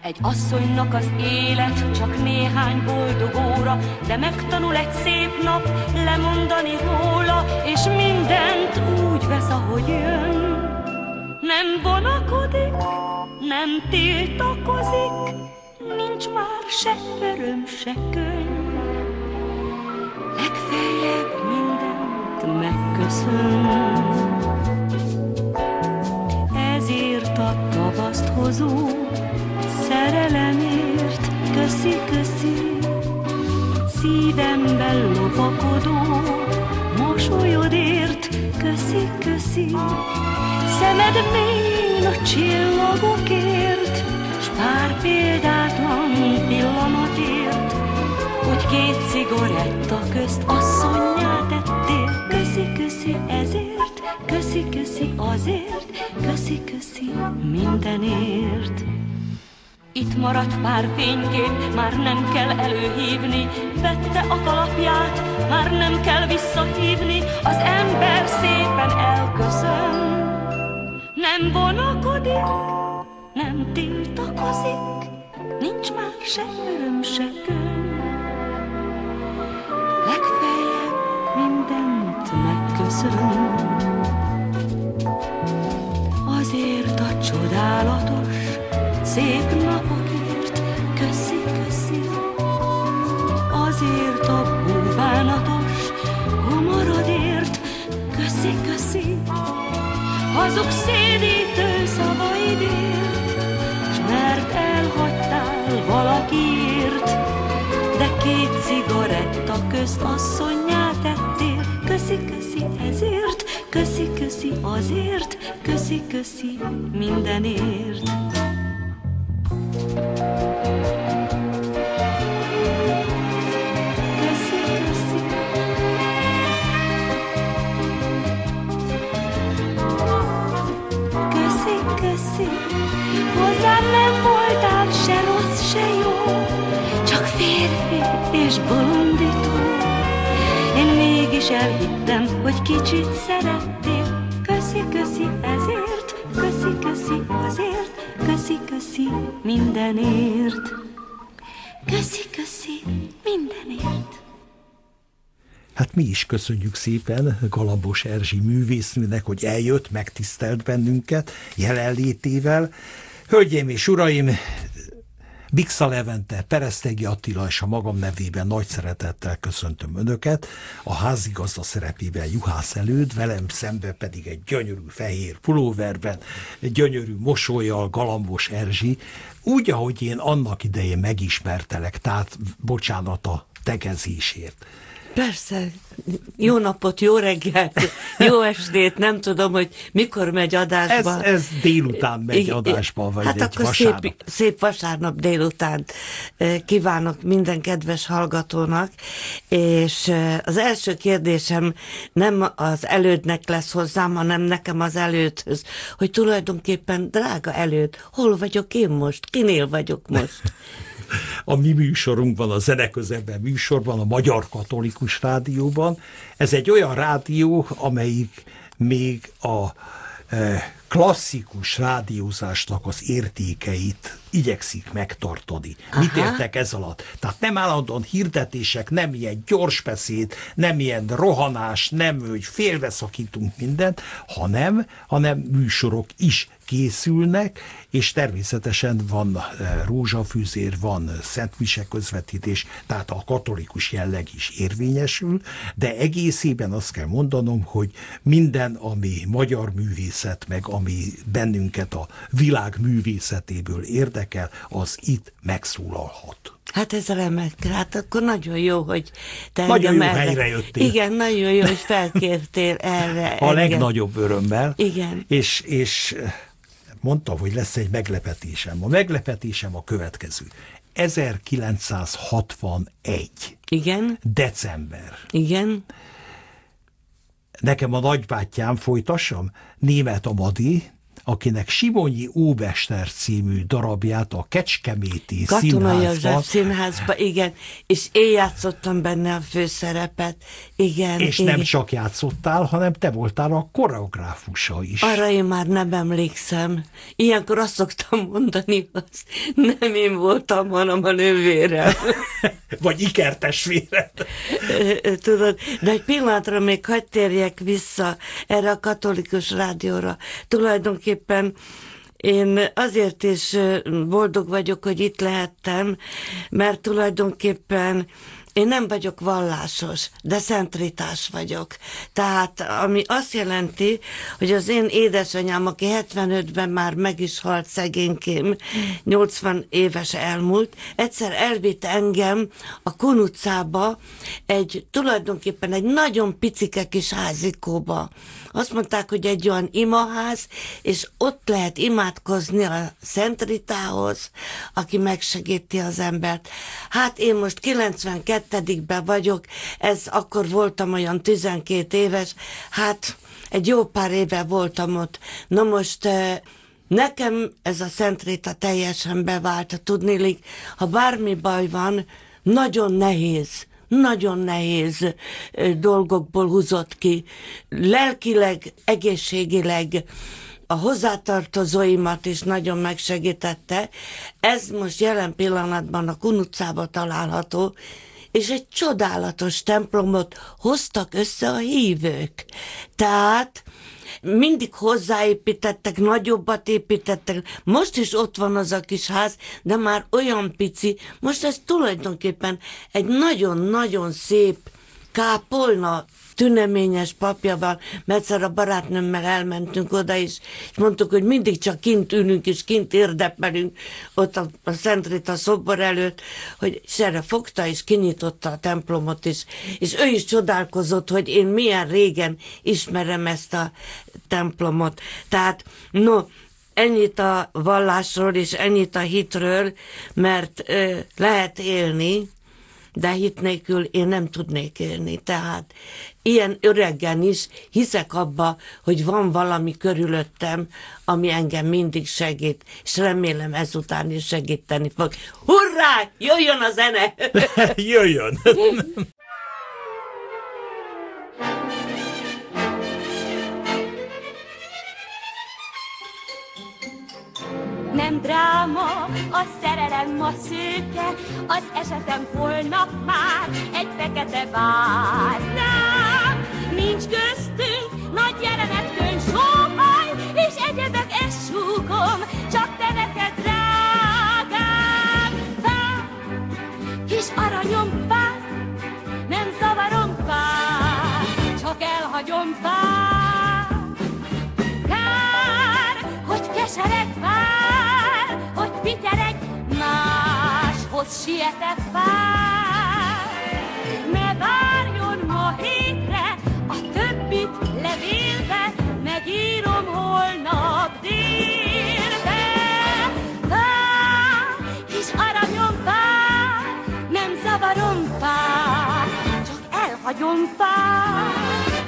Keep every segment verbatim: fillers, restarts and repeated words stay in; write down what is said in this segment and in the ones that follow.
Egy asszonynak az élet csak néhány boldog óra, de megtanul egy szép nap lemondani róla, és mindent úgy vesz, ahogy jön. Nem vonakodik, nem tiltakozik, nincs már se öröm, se könny. Legfeljebb mindent megköszön. Ezért a tavaszt hozó szerelemért köszi-köszi. Szívemben lopakodó mosolyodért köszi-köszi. Szemed mélyén a csillagokért, s pár példátlan pillanatért, hogy két cigaretta közt asszonnyá tettél. Köszi-köszi ezért, köszi-köszi azért, köszi-köszi mindenért. Itt maradt pár fénykép, már nem kell előhívni, vette a kalapját, már nem kell visszahívni, az ember szépen elköszön. Nem vonakodik, nem tiltakozik, nincs már se öröm, se könny. Legfeljebb mindent megköszön. Azért a csodálatos, szép napokért köszi-köszi. Azért a búvánatos humorodért köszi-köszi. Hazug szédítő szavaidért, s mert elhagytál valakiért, de két cigaretta közt asszonnyá tettél. Köszi-köszi ezért, köszi-köszi azért, köszi-köszi mindenért. Hozzám nem voltál se rossz, se jó, csak férfi és bolondító. Én mégis elhittem, hogy kicsit szerettél. Köszi-köszi ezért, köszi-köszi azért, köszi-köszi mindenért. Köszi-köszi mindenért. Hát mi is köszönjük szépen Galambos Erzsi művésznőnek, hogy eljött, megtisztelt bennünket jelenlétével. Hölgyeim és uraim, Bixa Levente, Peresztegi Attila és a magam nevében nagy szeretettel köszöntöm Önöket, a házigazda szerepében Juhász Előd, velem szemben pedig egy gyönyörű fehér pulóverben, egy gyönyörű mosollyal Galambos Erzsi, úgy, ahogy én annak idején megismertelek, tehát bocsánat a tegezésért. Persze, jó napot, jó reggelt, jó estét, nem tudom, hogy mikor megy adásba. Ez, ez délután megy I, adásba, vagy hát egy akkor vasárnap. Szép, szép vasárnap délután kívánok minden kedves hallgatónak, és az első kérdésem nem az Elődnek lesz hozzám, hanem nekem az Elődhöz, hogy tulajdonképpen, drága Előd, hol vagyok én most? Kinél vagyok most? A mi műsorunkban, a Zeneközemben műsorban, a Magyar Katolikus Rádióban. Ez egy olyan rádió, amelyik még a e, klasszikus rádiózásnak az értékeit igyekszik megtartani. Aha. Mit értek ez alatt? Tehát nem állandóan hirdetések, nem ilyen gyorsbeszéd, nem ilyen rohanás, nem, hogy félbeszakítunk mindent, hanem, hanem műsorok is készülnek, és természetesen van rózsafűzér, van szentmise közvetítés, tehát a katolikus jelleg is érvényesül, de egészében azt kell mondanom, hogy minden, ami magyar művészet, meg ami bennünket a világ művészetéből érdekel, az itt megszólalhat. Hát ez remek, hát akkor nagyon jó, hogy te nagyon jó erre... helyre jöttél. Igen, nagyon jó, hogy felkértél erre. A legnagyobb örömmel. Igen. És, és mondtam, hogy lesz egy meglepetésem. A meglepetésem a következő. ezerkilencszázhatvanegy. Igen. December. Igen. Nekem a nagybátyám, folytassam, Németh Amadi, akinek Simonyi Ómester című darabját a Kecskeméti Katonai József Színházban, színházba, igen, és én játszottam benne a főszerepet, igen. és igen. nem csak játszottál, hanem te voltál a koreográfusa is. Arra én már nem emlékszem. Ilyenkor azt szoktam mondani, hogy nem én voltam, hanem a nővérem. Vagy ikertesvéred. Tudod, de egy pillanatra még hadd térjek vissza erre a katolikus rádióra. Tulajdonképpen én azért is boldog vagyok, hogy itt lehettem, mert tulajdonképpen én nem vagyok vallásos, de szentritás vagyok. Tehát, ami azt jelenti, hogy az én édesanyám, aki hetvenötben már meg is halt szegénykém, nyolcvan éves elmúlt, egyszer elvitt engem a Kun utcába egy, tulajdonképpen egy nagyon picike kis házikóba. Azt mondták, hogy egy olyan imaház, és ott lehet imádkozni a Szent Ritához, aki megsegíti az embert. Hát én most kilencvenkettőben vagyok, ez akkor voltam olyan tizenkét éves, hát egy jó pár éve voltam ott. Na most nekem ez a Szent Rita teljesen bevált, tudniillik, ha bármi baj van, nagyon nehéz. Nagyon nehéz dolgokból húzott ki. Lelkileg, egészségileg a hozzátartozóimat is nagyon megsegítette. Ez most jelen pillanatban a Kun utcában található, és egy csodálatos templomot hoztak össze a hívők. Tehát mindig hozzáépítettek, nagyobbat építettek. Most is ott van az a kis ház, de már olyan pici. Most ez tulajdonképpen egy nagyon-nagyon szép kápolna, tüneményes papjával, mert egyszer a barátnőmmel elmentünk oda is, és mondtuk, hogy mindig csak kint ülünk, és kint érdepelünk ott a, a Szent Rita szobor előtt, hogy és erre fogta, és kinyitotta a templomot is, és ő is csodálkozott, hogy én milyen régen ismerem ezt a templomot. Tehát, no, ennyit a vallásról, és ennyit a hitről, mert ö, lehet élni, de hit nélkül én nem tudnék élni. Tehát ilyen öregen is hiszek abba, hogy van valami körülöttem, ami engem mindig segít, és remélem ezután is segíteni fog. Hurrá! Jöjjön a zene! Jöjjön! Nem dráma, a szerelem ma szőke, az esetem holnap már egy fekete vár. Nem, nincs köztünk nagy jelenetkönyv, sóhaj, és egyebek ezt súgom, csak te neked drágám. Vár, kis aranyom, vár, nem zavarom, vár, csak elhagyom, vár. Kár, hogy kesereg, vár, hogy pityereg, máshoz sietett vár. Ne várjon ma hétre, a többit levélbe megírom holnap délbe. Vár, kis aranyom, vár, nem zavarom, vár, csak elhagyom, vár.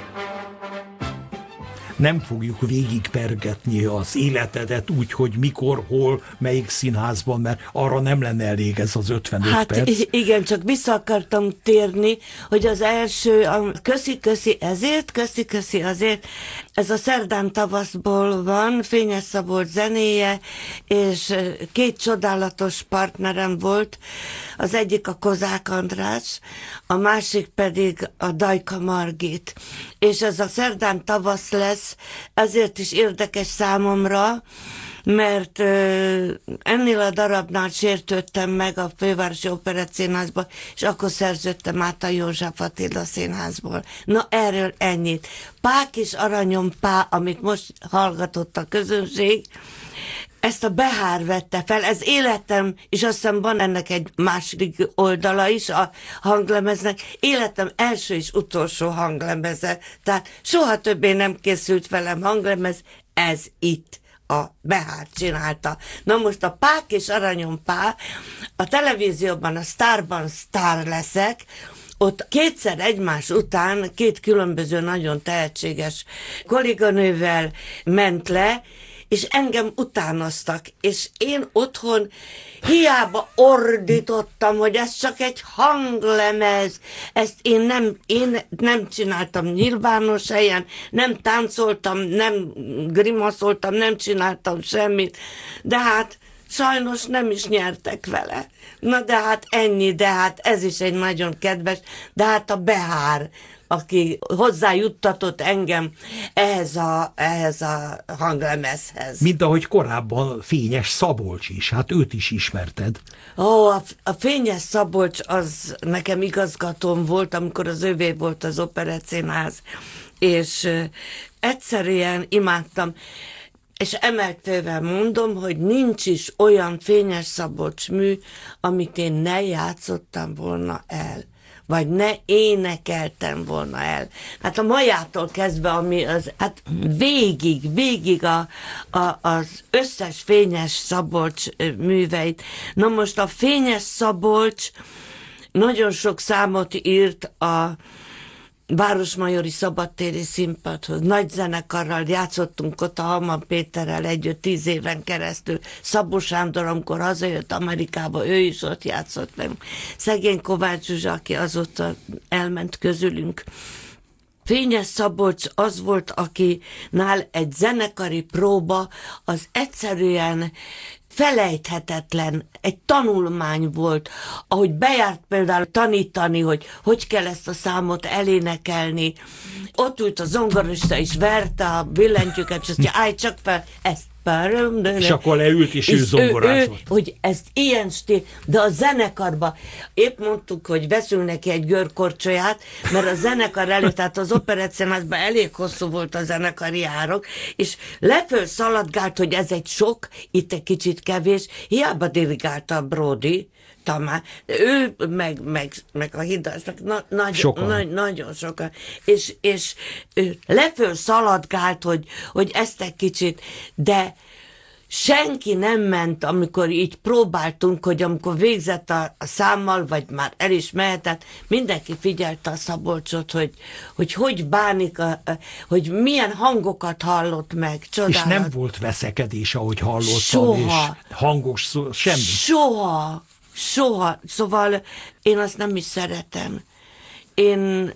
Nem fogjuk végigpergetni az életedet úgy, hogy mikor, hol, melyik színházban, mert arra nem lenne elég ez az ötvenöt hát perc. Igen, csak vissza akartam térni, hogy az első, a köszi-köszi ezért, köszi-köszi azért, ez a Szerdán tavaszból van, Fényes Szabolcs zenéje, és két csodálatos partnerem volt, az egyik a Kozák András, a másik pedig a Dajka Margit. És ez a Szerdán tavasz lesz, ezért is érdekes számomra, mert euh, ennél a darabnál sértődtem meg a Fővárosi Operettszínházba, és akkor szerződtem át a József Attila Színházból. Na erről ennyit. Pák és aranyom pá, amit most hallgatott a közönség, ezt a Behár vette fel, ez életem, és azt hiszem van ennek egy második oldala is a hanglemeznek, életem első és utolsó hanglemeze, tehát soha többé nem készült velem hanglemez, ez itt a Behár csinálta. Na most a Pák és aranyom pá, a televízióban, a Sztárban sztár leszek, ott kétszer egymás után két különböző nagyon tehetséges kolléganővel ment le, és engem utánoztak, és én otthon hiába ordítottam, hogy ez csak egy hanglemez, ezt én nem, én nem csináltam nyilvános helyen, nem táncoltam, nem grimaszoltam, nem csináltam semmit, de hát sajnos nem is nyertek vele. Na de hát ennyi, de hát ez is egy nagyon kedves, de hát a Behár, aki hozzájuttatott engem ehhez a, ehhez a hanglemezhez. Mint ahogy korábban Fényes Szabolcs is, hát őt is ismerted. Ó, a, a Fényes Szabolcs az nekem igazgatóm volt, amikor az övé volt az Operettszínház, és uh, egyszerűen imádtam. És emelt fővel mondom, hogy nincs is olyan Fényes Szabolcs mű, amit én ne játszottam volna el, vagy ne énekeltem volna el. Hát a Majától kezdve, ami az, hát végig, végig a, a, az összes Fényes Szabolcs műveit. Na most a Fényes Szabolcs nagyon sok számot írt a Városmajori Szabadtéri Színpadhoz. Nagy zenekarral játszottunk ott a Halman Péterrel együtt tíz éven keresztül. Szabó Sándor, amikor hazajött Amerikába, ő is ott játszott velünk. Szegény Kovács Zsuzsa, aki azóta elment közülünk. Fényes Szabolcs az volt, akinál egy zenekari próba az egyszerűen felejthetetlen, egy tanulmány volt, ahogy bejárt például tanítani, hogy hogy kell ezt a számot elénekelni. Ott ült a zongorista és verte a billentyűket, és azt mondja, állj csak fel, ezt és akkor leült, és, és ő zongorázott. Ő, hogy ezt ilyen stíl, de a zenekarba épp mondtuk, hogy veszünk neki egy görkorcsolyát, mert a zenekar előtt, tehát az Operettszínházban elég hosszú volt a zenekari árok, és leföl szaladgált, hogy ez egy sok, itt egy kicsit kevés, hiába dirigálta a Brody, Tamás, ő meg, meg, meg a Hidalsnak na, nagy, sokan. Na, nagyon sokan, és, és leföl szaladgált, hogy, hogy ezt egy kicsit, de senki nem ment, amikor így próbáltunk, hogy amikor végzett a, a számmal, vagy már el is mehetett, mindenki figyelte a Szabolcsot, hogy hogy, hogy bánik, a, a, hogy milyen hangokat hallott meg. Csodálat. És nem volt veszekedés, ahogy hallottam, soha, és hangos szó, semmi. Soha, soha. Szóval én azt nem is szeretem. Én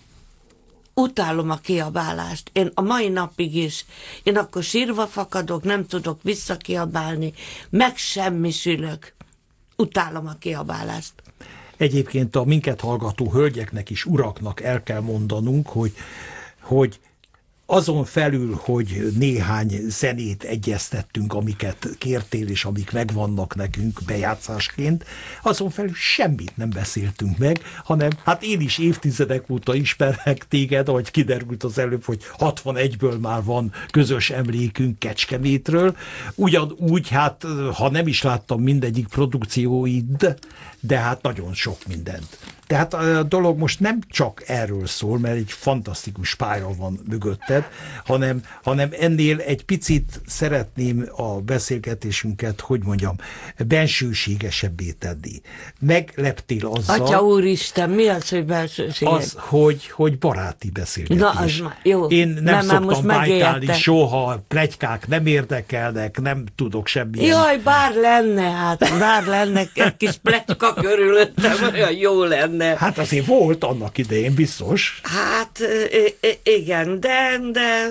utálom a kiabálást. Én a mai napig is. Én akkor sírva fakadok, nem tudok visszakiabálni, megsemmisülök. Utálom a kiabálást. Egyébként a minket hallgató hölgyeknek is, uraknak el kell mondanunk, hogy, hogy azon felül, hogy néhány zenét egyeztettünk, amiket kértél, és amik megvannak nekünk bejátszásként, azon felül semmit nem beszéltünk meg, hanem hát én is évtizedek óta ismerek téged, ahogy kiderült az előbb, hogy hatvanegyből már van közös emlékünk Kecskemétről. Ugyanúgy, hát ha nem is láttam mindegyik produkcióid, de hát nagyon sok mindent. Tehát a dolog most nem csak erről szól, mert egy fantasztikus pálya van mögötted, hanem, hanem ennél egy picit szeretném a beszélgetésünket, hogy mondjam, bensőségesebbé tenni. Megleptél azzal... Atya úristen, mi az, hogy bensőséges? Az, hogy, hogy baráti beszélgetés. Na, az már jó. Én nem, nem szoktam bájkálni soha, pletykák nem érdekelnek, nem tudok semmilyen... Jaj, bár lenne, hát, bár lenne egy kis pletyka körülöttem, olyan jó lenne. Hát azért volt annak idején, biztos. Hát igen, de, de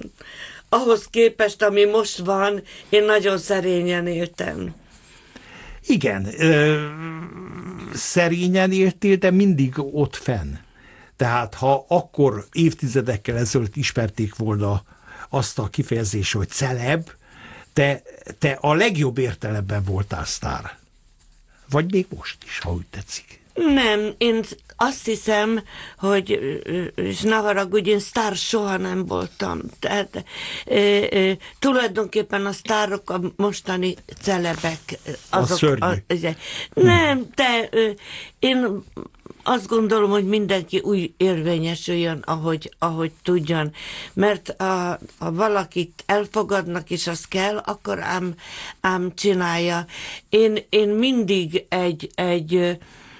ahhoz képest, ami most van, én nagyon szerényen éltem. Igen, ö, szerényen éltél, de mindig ott fenn. Tehát ha akkor évtizedekkel ezelőtt ismerték volna azt a kifejezést, hogy celeb, te, te a legjobb értelemben voltál sztár. Vagy még most is, ha úgy tetszik. Nem, én azt hiszem, hogy, és ne haragudj, én sztár soha nem voltam. Tehát e, e, tulajdonképpen a sztárok a mostani celebek. Azok, a a, nem, de e, én azt gondolom, hogy mindenki úgy érvényesüljön, ahogy, ahogy tudjon. Mert ha valakit elfogadnak, és az kell, akkor ám, ám csinálja. Én, én mindig egy, egy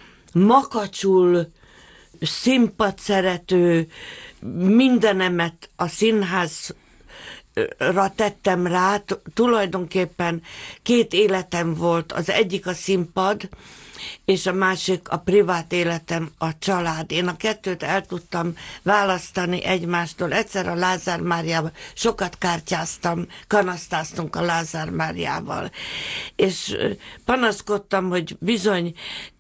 makacsul, színpadszerető, mindenemet a színház tettem rá, tulajdonképpen két életem volt, az egyik a színpad, és a másik a privát életem, a család. Én a kettőt el tudtam választani egymástól. Egyszer a Lázár Máriával sokat kártyáztam, kanasztáztunk a Lázár Máriával. És panaszkodtam, hogy bizony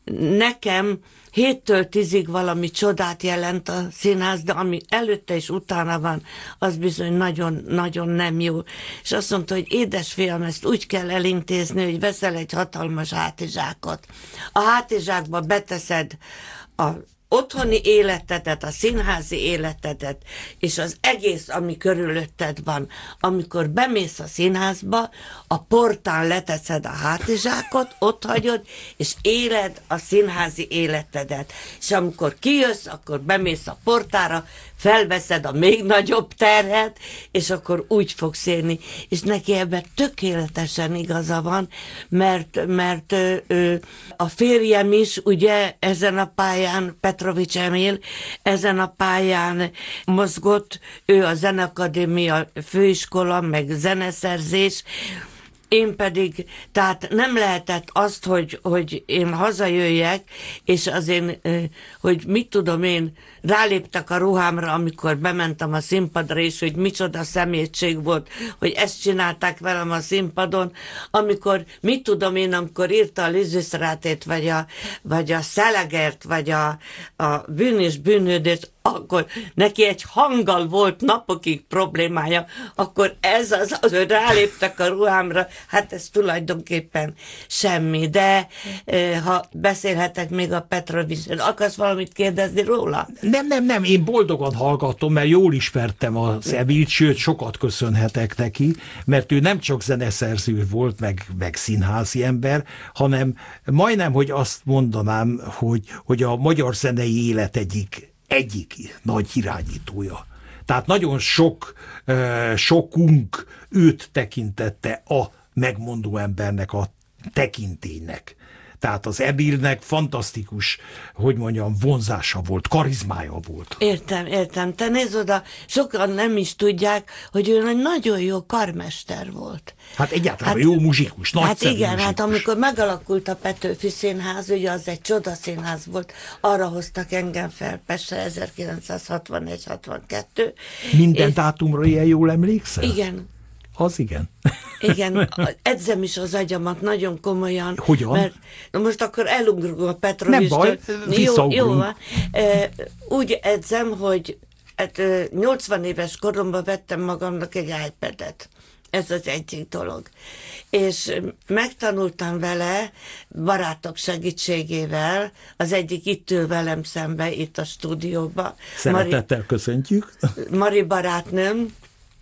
nekem héttől tízig valami csodát jelent a színház, de ami előtte és utána van, az bizony nagyon-nagyon nem jó. És azt mondta, hogy édesfiam, ezt úgy kell elintézni, hogy veszel egy hatalmas hátizsákot. A hátizsákba beteszed a otthoni életedet, a színházi életedet, és az egész, ami körülötted van. Amikor bemész a színházba, a portán leteszed a hátizsákot, ott hagyod, és éled a színházi életedet. És amikor kijössz, akkor bemész a portára, felveszed a még nagyobb terhet, és akkor úgy fogsz élni. És neki ebben tökéletesen igaza van, mert, mert ö, ö, a férjem is ugye ezen a pályán, Petrovics Emil, ezen a pályán mozgott, ő a Zeneakadémia főiskola, meg zeneszerzés, én pedig, tehát nem lehetett azt, hogy, hogy én hazajöjjek, és az én, hogy mit tudom én, ráléptek a ruhámra, amikor bementem a színpadra, és hogy micsoda szemétség volt, hogy ezt csinálták velem a színpadon, amikor, mit tudom én, amikor írta a Lizisztrátét, vagy a, vagy a Szelegert, vagy a, a Bűn és bűnődés, akkor neki egy hanggal volt napokig problémája, akkor ez az, az hogy ráléptek a ruhámra, hát ez tulajdonképpen semmi, de ha beszélhetek még a Petrovicsről, akarsz valamit kérdezni róla? Nem, nem, nem, én boldogan hallgatom, mert jól ismertem az Emilt, sőt, sokat köszönhetek neki, mert ő nem csak zeneszerző volt, meg, meg színházi ember, hanem majdnem, hogy azt mondanám, hogy, hogy a magyar zenei élet egyik egyik nagy irányítója. Tehát nagyon sok, sokunk őt tekintette a megmondó embernek, a tekintélynek. Tehát az Emilnek fantasztikus, hogy mondjam, vonzása volt, karizmája volt. Értem, értem. Te nézd oda, sokan nem is tudják, hogy ő egy nagyon jó karmester volt. Hát egyáltalán hát, jó muzsikus, nagyszerű Hát igen, muzsikus. hát amikor megalakult a Petőfi Színház, ugye az egy csodaszínház volt, arra hoztak engem fel Pestre ezerkilencszázhatvanegy hatvankettő. Minden és... dátumra ilyen jól emlékszel? Igen. Az igen. Igen, edzem is az agyamat nagyon komolyan. Hogyan? Mert most akkor elugrunk a Petrovistől. Nem baj, visszaugrunk. Jó, jó, úgy edzem, hogy hát, nyolcvan éves koromban vettem magamnak egy iPad-et. Ez az egyik dolog. És megtanultam vele, barátok segítségével, az egyik itt ül velem szembe, itt a stúdióban. Szeretettel Mari, köszöntjük. Mari barátnőm,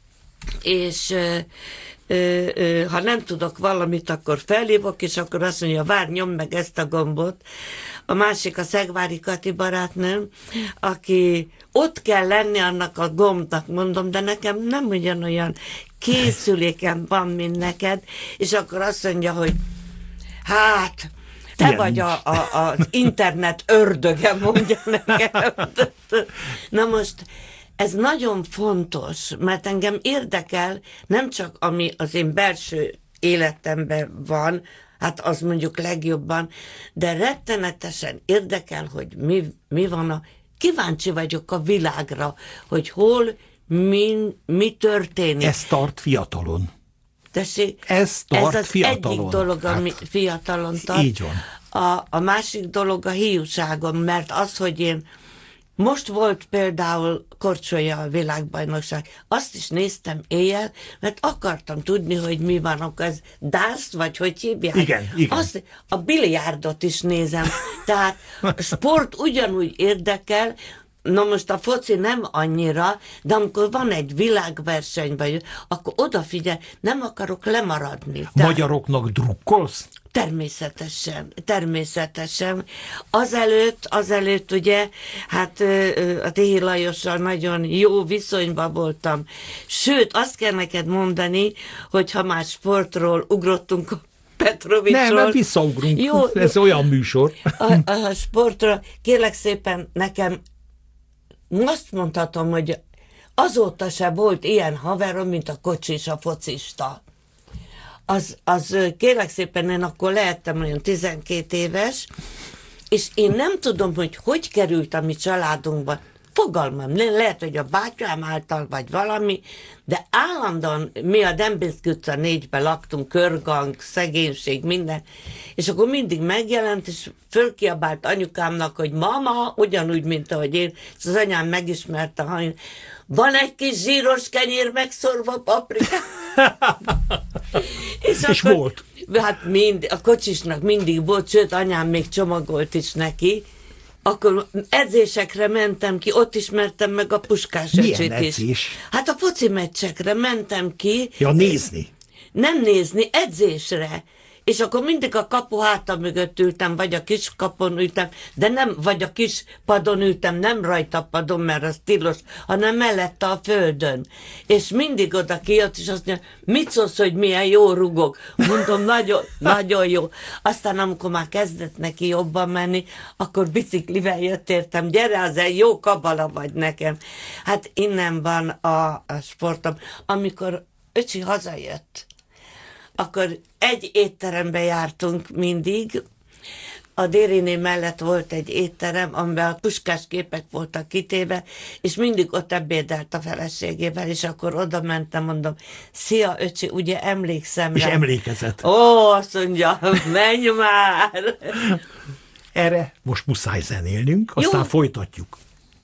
és ö, ö, ö, ha nem tudok valamit, akkor felhívok, és akkor azt mondja, várj, nyomd meg ezt a gombot. A másik a Szegvári Kati barátnőm, aki ott kell lenni annak a gombnak, mondom, de nekem nem ugyanolyan készülékem van, mint neked, és akkor azt mondja, hogy hát, te igen. vagy a, a, az internet ördöge, mondja nekem. Na most, ez nagyon fontos, mert engem érdekel, nem csak ami az én belső életemben van, hát az mondjuk legjobban, de rettenetesen érdekel, hogy mi, mi van a... Kíváncsi vagyok a világra, hogy hol, mi, mi történik. Ez tart fiatalon. Tessék, ez tart ez az fiatalon. egyik dolog, ami hát, fiatalon tart. Így van. A, a másik dolog a hiúságom, mert az, hogy én most volt például Korcsolya a világbajnokság. Azt is néztem éjjel, mert akartam tudni, hogy mi van, akkor ez dársz, vagy hogy hívják? Igen, igen. Azt, a biliárdot is nézem. Tehát a sport ugyanúgy érdekel, na most a foci nem annyira, de amikor van egy világverseny, vagy, akkor odafigyel, nem akarok lemaradni. Magyaroknak drukkolsz? Természetesen, természetesen. Azelőtt, azelőtt ugye, hát a Tihi Lajossal nagyon jó viszonyban voltam. Sőt, azt kell neked mondani, hogy ha már sportról ugrottunk a Petrovicsról. Nem, mert visszaugrunk. Jó, ez jó. Olyan műsor. A, a sportról, kérlek szépen, nekem azt mondhatom, hogy azóta se volt ilyen haverom, mint a kocsis, a focista. Az, az kérlek szépen, én akkor lehettem olyan tizenkét éves, és én nem tudom, hogy hogy került a mi családunkban. Fogalmam, lehet, hogy a bátyám által, vagy valami, de állandóan mi a Dembinszky utca négyben laktunk, körgang, szegénység, minden, és akkor mindig megjelent, és fölkiabált anyukámnak, hogy mama, ugyanúgy, mint ahogy én, és az anyám megismerte, hogy van egy kis zsíros kenyér megszorva paprika. és és akkor, volt. Hát mind, a kocsisnak mindig volt, sőt, anyám még csomagolt is neki. Akkor edzésekre mentem ki, ott ismertem meg a Puskás Öcsit is. Edzés? Hát a foci meccsekre mentem ki. Ja, nézni? Nem nézni, edzésre. És akkor mindig a kapu háta mögött ültem, vagy a kis kapon ültem, de nem, vagy a kis padon ültem, nem rajta a padon, mert az tilos, hanem mellette a földön. És mindig oda kijött, és azt mondja, mit szólsz, hogy milyen jó rugok? Mondom, nagyon, nagyon jó. Aztán amikor már kezdett neki jobban menni, akkor biciklivel jött értem, gyere, az egy jó kabala vagy nekem. Hát innen van a, a sportom. Amikor öcsi hazajött, akkor egy étterembe jártunk mindig. A Dériné mellett volt egy étterem, amiben a Puskás képek voltak kitéve, és mindig ott ebédelt a feleségével, és akkor oda mentem, mondom, szia öcsi, ugye emlékszem És rá? emlékezett. Ó, azt mondja, menj már! Erre most muszáj zenélnünk, aztán Jó. folytatjuk.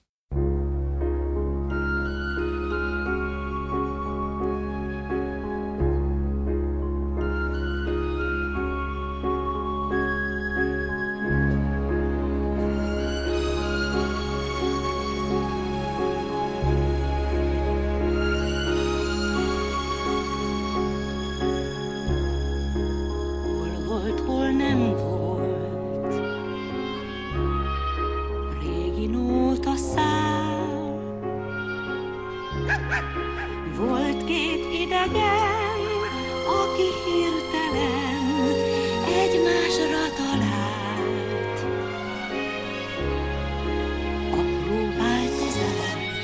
Volt két idegen, aki hirtelen egymásra talált. Apró változás,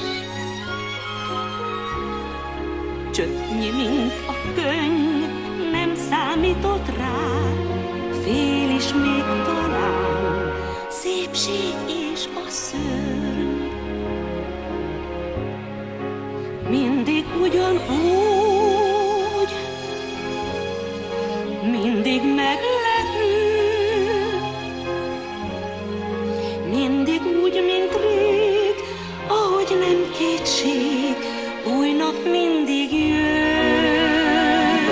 csöpnyi, mint a könny, nem számított rá, fél is még talán, szépség és a szörny. Mindig ugyanúgy, mindig meglepő, mindig úgy, mint rég, ahogy nem kétség, új nap mindig jön.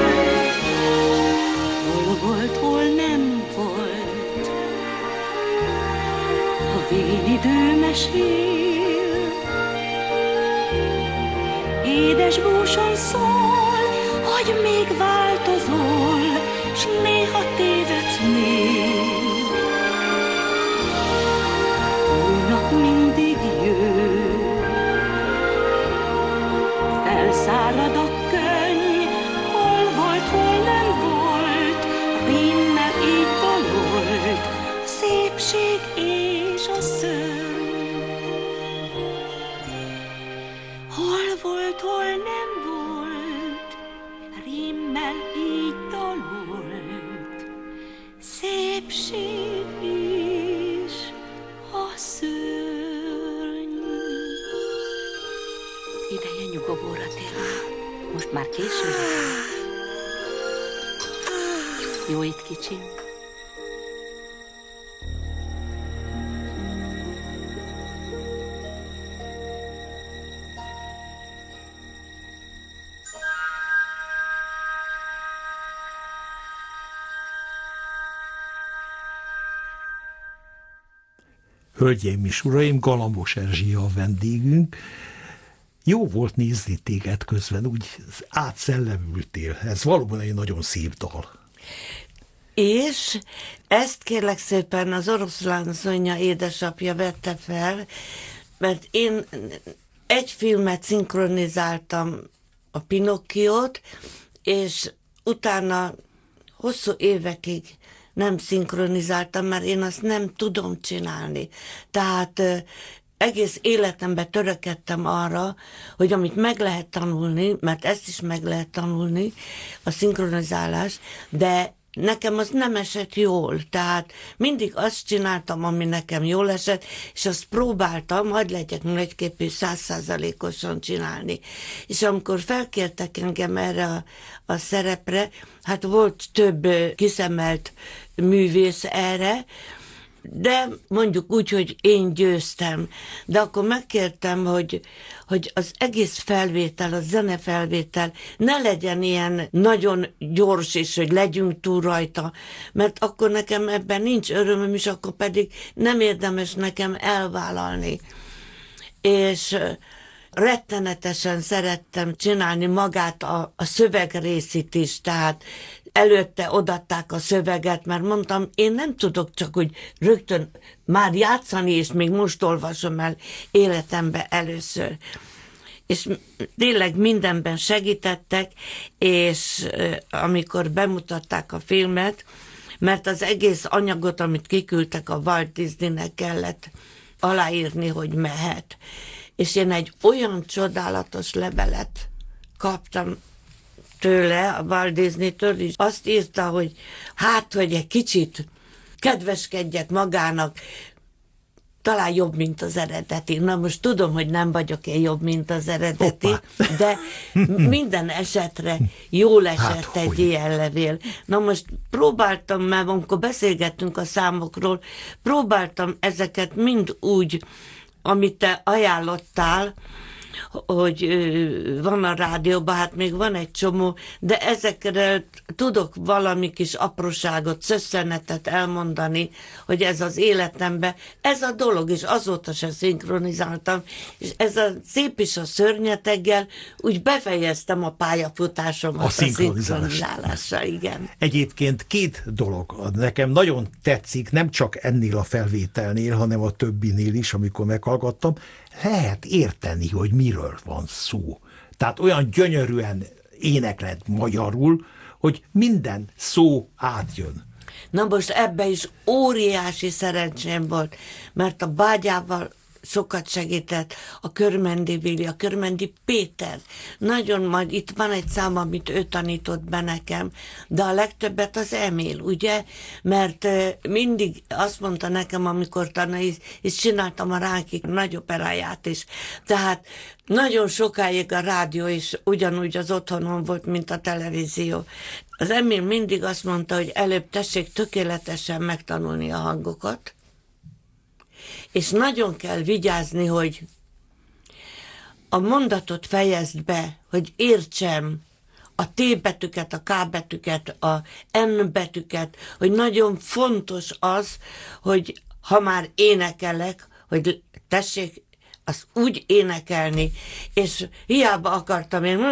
Hol volt, hol nem volt, a vénidő mesél, édes búsan szól, hogy még változol, s néha tévedsz még. Új nap mindig jön, felszárad a könny, hol volt, hol nem volt, rímmel így dalolt, a szépség és a szörny. Hol volt, hol nem volt, rímmel így dalolt, szépség és a szörny. Ideje nyugovóra térni, most már késő lesz. Jó itt, kicsim? Hölgyeim és uraim, Galambos Erzsia a vendégünk. Jó volt nézni téged közben, úgy átszellemültél. Ez valóban egy nagyon szép dal. És ezt kérlek szépen az Oroszlán Zonya édesapja vette fel, mert én egy filmet szinkronizáltam, a Pinokkiót, és utána hosszú évekig nem szinkronizáltam, mert én azt nem tudom csinálni. Tehát egész életemben törekedtem arra, hogy amit meg lehet tanulni, mert ezt is meg lehet tanulni, a szinkronizálás, de nekem az nem esett jól, tehát mindig azt csináltam, ami nekem jól esett, és azt próbáltam, hadd legyek nagyképű, száz százalékosan csinálni. És amikor felkértek engem erre a, a szerepre, hát volt több kiszemelt művész erre, de mondjuk úgy, hogy én győztem. De akkor megkértem, hogy, hogy az egész felvétel, a zenefelvétel ne legyen ilyen nagyon gyors, és hogy legyünk túl rajta, mert akkor nekem ebben nincs örömöm, és akkor pedig nem érdemes nekem elvállalni. És rettenetesen szerettem csinálni magát a, a szövegrészit is, tehát előtte odatták a szöveget, mert mondtam, én nem tudok csak úgy rögtön már játszani, és még most olvasom el életembe először. És tényleg mindenben segítettek, és amikor bemutatták a filmet, mert az egész anyagot, amit kiküldtek a Walt Disneynek, kellett aláírni, hogy mehet. És én egy olyan csodálatos levelet kaptam tőle, a Walt Disney-től, és azt írta, hogy hát, hogy egy kicsit kedveskedjek magának, talán jobb, mint az eredeti. Na most tudom, hogy nem vagyok én jobb, mint az eredeti, Hoppá. de minden esetre jól esett hát, egy hogy? ilyen levél. Na most próbáltam, mert amikor beszélgettünk a számokról, próbáltam ezeket mind úgy, amit te ajánlottál, hogy van a rádióban, hát még van egy csomó, de ezekre tudok valami kis apróságot, szösszenetet elmondani, hogy ez az életemben, ez a dolog, és azóta se szinkronizáltam, és ez a szép is a szörnyeteggel, úgy befejeztem a pályafutásomat a, a szinkronizálásra, igen. Egyébként két dolog nekem nagyon tetszik, nem csak ennél a felvételnél, hanem a többinél is, amikor meghallgattam, lehet érteni, hogy miről van szó. Tehát olyan gyönyörűen énekled magyarul, hogy minden szó átjön. Na most ebbe is óriási szerencsém volt, mert a bágyával sokat segített, a Körmendi Vili, a Körmendi Péter. Nagyon majd itt van egy szám, amit ő tanított be nekem, de a legtöbbet az Emil, ugye? Mert mindig azt mondta nekem, amikor tanultam, és csináltam a Ráki nagy operáját is. Tehát nagyon sokáig a rádió is ugyanúgy az otthonom volt, mint a televízió. Az Emil mindig azt mondta, hogy előbb tessék tökéletesen megtanulni a hangokat, és nagyon kell vigyázni, hogy a mondatot fejezd be, hogy értsem a T betűket, a K betűket, a N betűket, hogy nagyon fontos az, hogy ha már énekelek, hogy tessék azt úgy énekelni, és hiába akartam én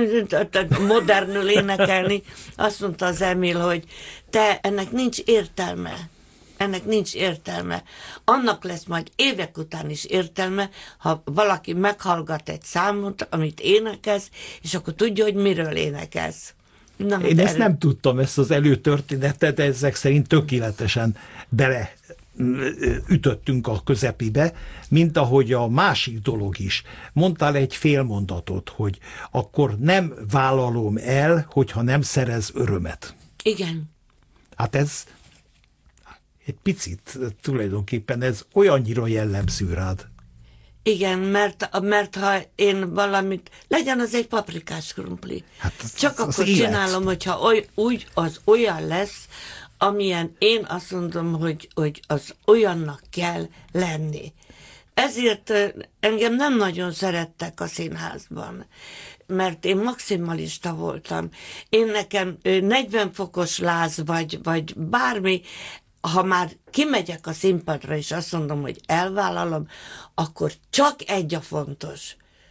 modernül énekelni, azt mondta az Emil, hogy te, ennek nincs értelme. Ennek nincs értelme. Annak lesz majd évek után is értelme, ha valaki meghallgat egy számot, amit énekelsz, és akkor tudja, hogy miről énekelsz. Na, Én ezt erő... nem tudtam, ezt az előtörténetet, de ezek szerint tökéletesen bele ütöttünk a közepébe, mint ahogy a másik dolog is. Mondtál egy fél mondatot, hogy akkor nem vállalom el, hogyha nem szerez örömet. Igen. Hát ez egy picit tulajdonképpen ez olyannyira jellemző rád. Igen, mert, mert ha én valamit, legyen az egy paprikás krumpli. Hát az, Csak az akkor az csinálom, hogyha oly, úgy az olyan lesz, amilyen én azt mondom, hogy, hogy az olyannak kell lenni. Ezért engem nem nagyon szerettek a színházban, mert én maximalista voltam. Én nekem negyven fokos láz, vagy, vagy bármi, ha már kimegyek a színpadra, és azt mondom, hogy elvállalom, akkor csak egy a fontos.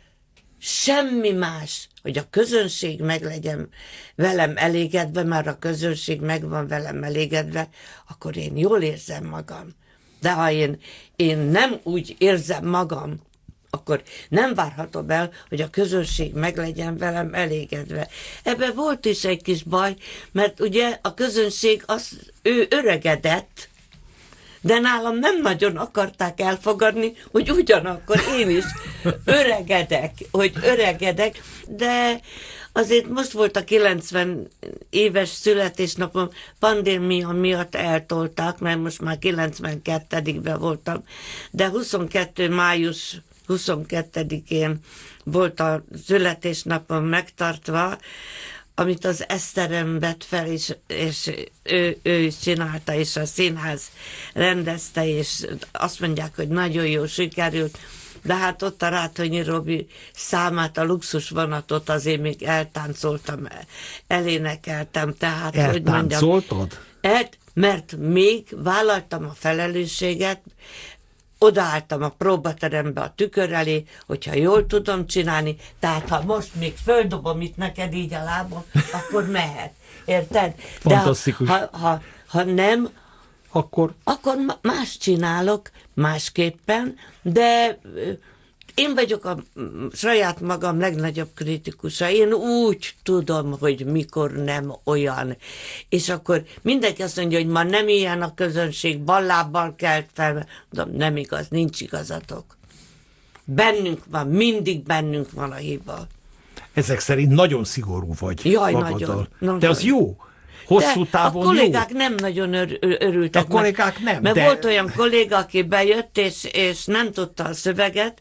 Semmi más, hogy a közönség meg legyen velem elégedve, mert a közönség meg van velem elégedve, akkor én jól érzem magam. De ha én, én nem úgy érzem magam, akkor nem várhatom el, hogy a közönség meg legyen velem elégedve. Ebben volt is egy kis baj, mert ugye a közönség, az, ő öregedett, De nálam nem nagyon akarták elfogadni, hogy ugyanakkor én is öregedek, hogy öregedek, de azért most volt a kilencven éves születésnapom, pandémia miatt eltolták, mert most már kilencvenkettedikben voltam, de huszonkettő május huszonkettedikén volt a születésnapom megtartva, amit az Eszterem vett fel, és, és ő, ő is csinálta, és a színház rendezte, és azt mondják, hogy nagyon jó sikerült, de hát ott a Rátonyi Robi számát, a Luxus vonatot azért még eltáncoltam, elénekeltem, tehát, hogy mondjam. Eltáncoltad? El, mert még vállaltam a felelősséget, odaálltam a próbaterembe a tükör elé, hogyha jól tudom csinálni, tehát ha most még földobom itt neked így a lábon, akkor mehet. Érted? Fantasztikus. De ha, ha, ha, ha nem, akkor... akkor más csinálok, másképpen, de én vagyok a saját magam legnagyobb kritikusa. Én úgy tudom, hogy mikor nem olyan. És akkor mindenki azt mondja, hogy ma nem ilyen a közönség, ballábbal kelt fel. Mondom, nem igaz, nincs igazatok. Bennünk van, mindig bennünk van a hiba. Ezek szerint nagyon szigorú vagy. Jaj, magaddal. nagyon, nagyon. De az jó. Hosszú de távon a kollégák jó. nem nagyon ör, örültek. A kollégák meg, nem, Mert de... volt olyan kolléga, aki bejött, és, és nem tudta a szöveget.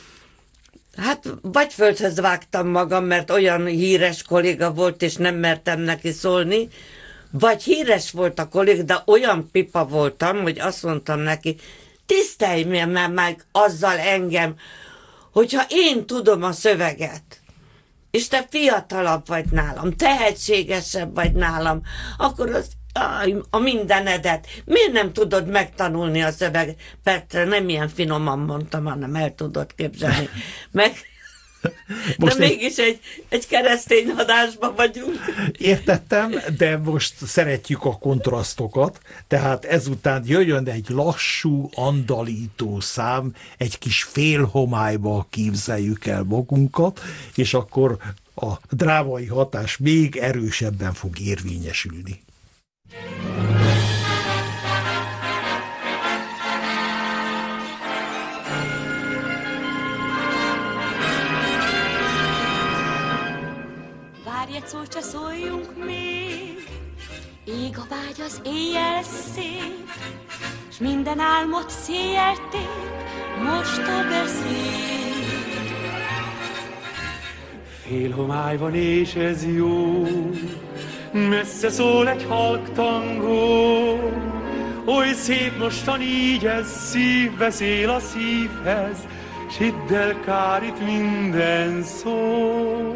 Hát vagy földhöz vágtam magam, mert olyan híres kolléga volt, és nem mertem neki szólni, vagy híres volt a kolléga, de olyan pipa voltam, hogy azt mondtam neki, tisztelj meg, meg azzal engem, hogyha én tudom a szöveget, és te fiatalabb vagy nálam, tehetségesebb vagy nálam, akkor az a mindenedet, miért nem tudod megtanulni a szöveget? Petre, nem ilyen finoman mondtam, hanem el tudod képzelni. Meg, most de egy... mégis egy, egy keresztény adásban vagyunk. Értettem, de most szeretjük a kontrasztokat, tehát ezután jöjjön egy lassú, andalító szám, egy kis félhomályba képzeljük el magunkat, és akkor a drámai hatás még erősebben fog érvényesülni. Várj egy szót, se szóljunk még, ég a vágy az éjjel szép, s minden álmot széjjel tép, most a beszéd. Fél homály van és ez jó, messze szól egy halk tangó, oly szép mostan így ez, szív beszél a szívhez, s hidd el, kár itt minden szó.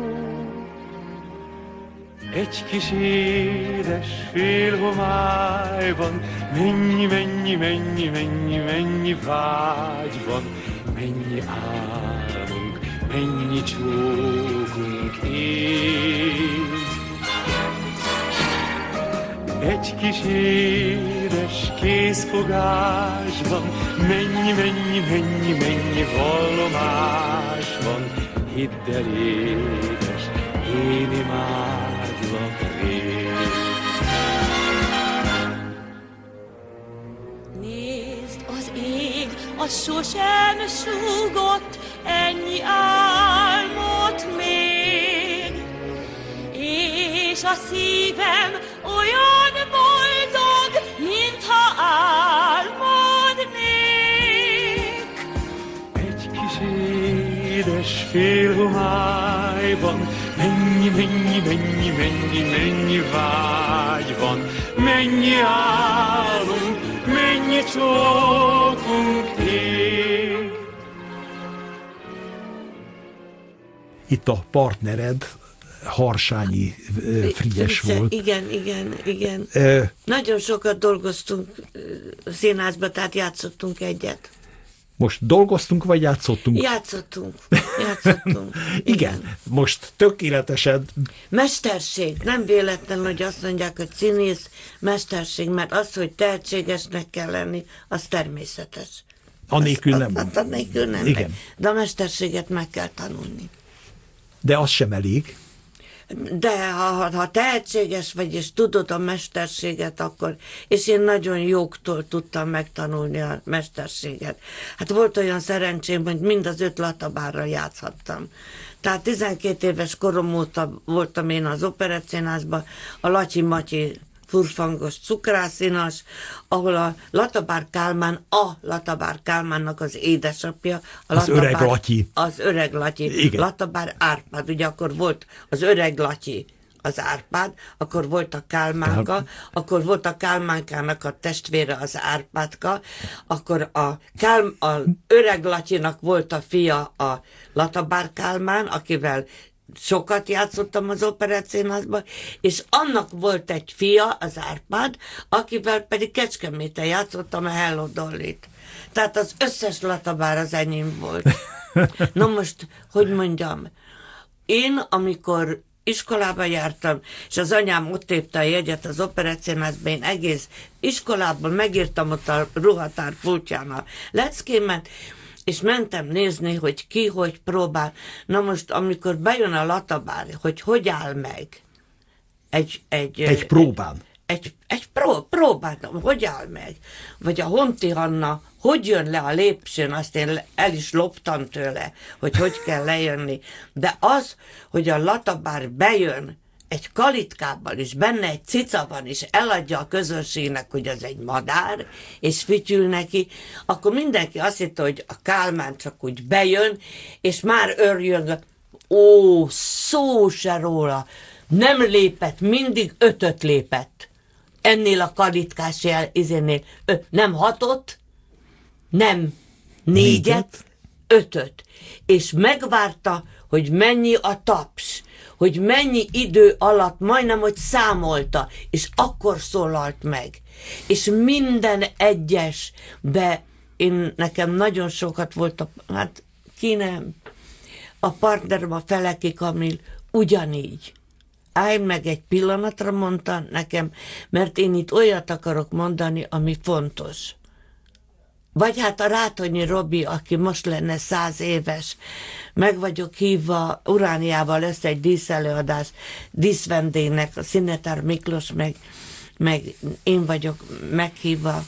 Egy kis édes fél homályban, mennyi, mennyi, mennyi, mennyi, mennyi vágy van, mennyi álmunk, mennyi csókunk ég. Egy kis édes kézfogásban, mennyi, mennyi, mennyi, mennyi vallomás van, hidd el, édes, én imádlak rég. Nézd, az ég, az sosem súgott ennyi álmot még, és a szívem olyan boldog, mintha álmodnék. Egy kis édes félhomályban, mennyi, mennyi, mennyi, mennyi, mennyi vágy van, mennyi álmunk, mennyi csókunk ég. Itt a partnered, Harsányi Frigyes volt. Igen, igen, igen. E... Nagyon sokat dolgoztunk színházba, tehát játszottunk egyet. Most dolgoztunk, vagy játszottunk? Játszottunk. Játszottunk. Igen. Igen, most tökéletesen... Mesterség. Nem véletlen, hogy azt mondják, hogy színész mesterség, mert az, hogy tehetségesnek kell lenni, az természetes. Anélkül nem. Az, az, anélkül nem. Igen. De a mesterséget meg kell tanulni. De az sem elég. De ha, ha tehetséges vagy, és tudod a mesterséget, akkor, és én nagyon jóktól tudtam megtanulni a mesterséget. Hát volt olyan szerencsém, hogy mind az öt latabárral játszhattam. Tehát tizenkét éves korom óta voltam én az Operettszínházban, a Lacsi Matyi furfangos cukrászinas, ahol a Latabár Kálmán, a Latabár Kálmánnak az édesapja. A az Latabár, öreg Latyi. Az öreg Latyi. Igen. Latabár Árpád, ugye akkor volt az öreg Latyi, az Árpád, akkor volt a Kálmánka, Kál... akkor volt a Kálmánkának a testvére, az Árpádka, akkor a, Kál, a öreg Latyinak volt a fia, a Latabár Kálmán, akivel sokat játszottam az Operettszínházban, és annak volt egy fia, az Árpád, akivel pedig Kecskeméten játszottam a Hello Dollyt. Tehát az összes Latabár az enyém volt. Na most, hogy mondjam, én, amikor iskolába jártam, és az anyám ott tépte a jegyet az Operettszínházban, én egész iskolában megírtam ott a ruhatár pultján a leckémet, és mentem nézni, hogy ki, hogy próbál. Na most, amikor bejön a Latabár, hogy hogy áll meg egy... Egy, egy próbán. Egy, egy pró, próbán, hogy áll meg? Vagy a Honti Hanna, hogy jön le a lépcsőn, azt én el is loptam tőle, hogy hogy kell lejönni. De az, hogy a Latabár bejön egy kalitkában, és benne egy cica van, és eladja a közönségnek, hogy az egy madár, és fütyül neki, akkor mindenki azt hitte, hogy a Kálmán csak úgy bejön, és már örjön, ó, szó se róla, nem lépett, mindig ötöt lépett. Ennél a kalitkás jel, izénél, ö, nem hatot, nem négyet, négyet, ötöt. És megvárta, hogy mennyi a taps, hogy mennyi idő alatt majdnem, hogy számolta, és akkor szólalt meg. És minden egyes, de én nekem nagyon sokat volt, a, hát ki nem, a partnerem, a Feleki Kamil ugyanígy. Állj meg egy pillanatra, mondta nekem, mert én itt olyat akarok mondani, ami fontos. Vagy hát a Rátonyi Robi, aki most lenne száz éves, meg vagyok hívva, Urániával lesz egy díszelőadás, díszvendégnek, a Szinetár Miklós, meg, meg én vagyok meghívva.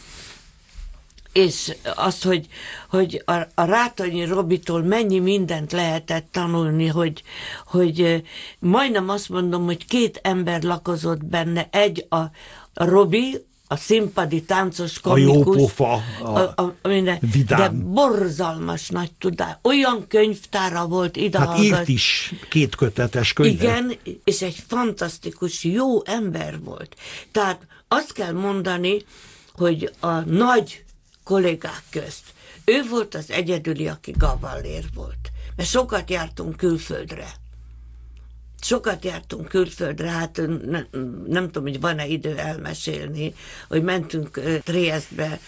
És az, hogy, hogy a, a Rátonyi Robitól mennyi mindent lehetett tanulni, hogy, hogy majdnem azt mondom, hogy két ember lakozott benne, egy a, a Robi, a színpadi táncos komikus. A jópofa, a, a, a, a minden, vidám. De borzalmas nagy tudás. Olyan könyvtára volt ide. Hát írt is két kötetes könyvet. Igen, és egy fantasztikus, jó ember volt. Tehát azt kell mondani, hogy a nagy kollégák közt ő volt az egyedüli, aki gavallér volt. Mert sokat jártunk külföldre. Sokat jártunk külföldre, hát nem, nem tudom, hogy van-e idő elmesélni, hogy mentünk Triesztbe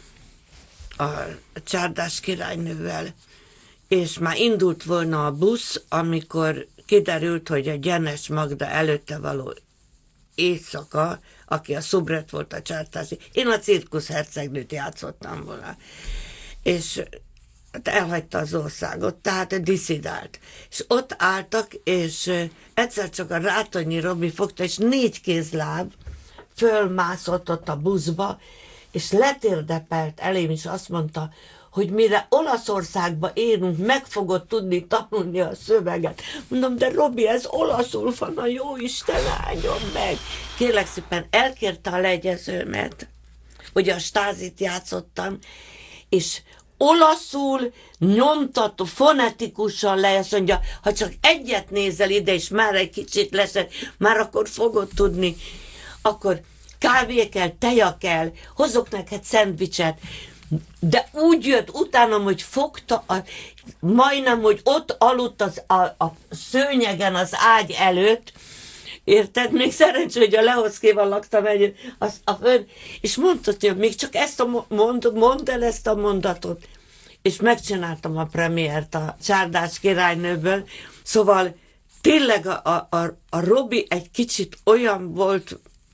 a Csárdás királynővel, és már indult volna a busz, amikor kiderült, hogy a Gyenes Magda előtte való éjszaka, aki a szubret volt a Csártási, én a cirkusz hercegnőt játszottam volna, és elhagyta az országot, tehát diszidált. És ott álltak, és egyszer csak a Rátonyi Robi fogta, és négy kézláb fölmászott ott a buszba, és letérdepelt elém, és azt mondta, hogy mire Olaszországba érünk, meg fogod tudni tanulni a szöveget. Mondom, de Robi, ez olaszul van, a jó Isten áldjon meg. Kérlek szépen, elkérte a legyezőmet, hogy a Stázit játszottam, és olaszul nyomtató, fonetikusan le, azt mondja, ha csak egyet nézel ide, és már egy kicsit lesett, már akkor fogod tudni, akkor kávé kell, teja kell, hozok neked szendvicset, de úgy jött utánam, hogy fogta, a, majdnem, hogy ott aludt az, a, a szőnyegen az ágy előtt, érted? Még szerencsé, hogy a Lehoszkéval laktam együtt, az, a fön, és mondta, hogy még csak ezt a mond, mondd el ezt a mondatot. És megcsináltam a premiért a Csárdás királynőből, szóval tényleg a, a, a, a Robi egy kicsit olyan volt,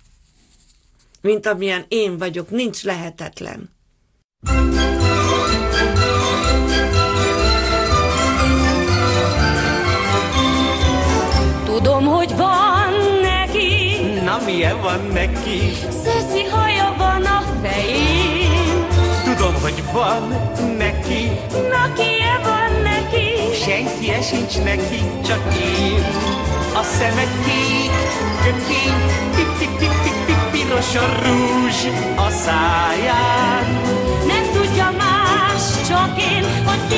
mint amilyen én vagyok, nincs lehetetlen. Tudom, hogy van Na, milyen van neki? Szeszi haja van a fején. Tudom, hogy van neki. Na, kie van neki? Senki sincs neki, csak én. A szeme kék, kökény, piros a rúzs a száján. Nem tudja más, csak én, hogy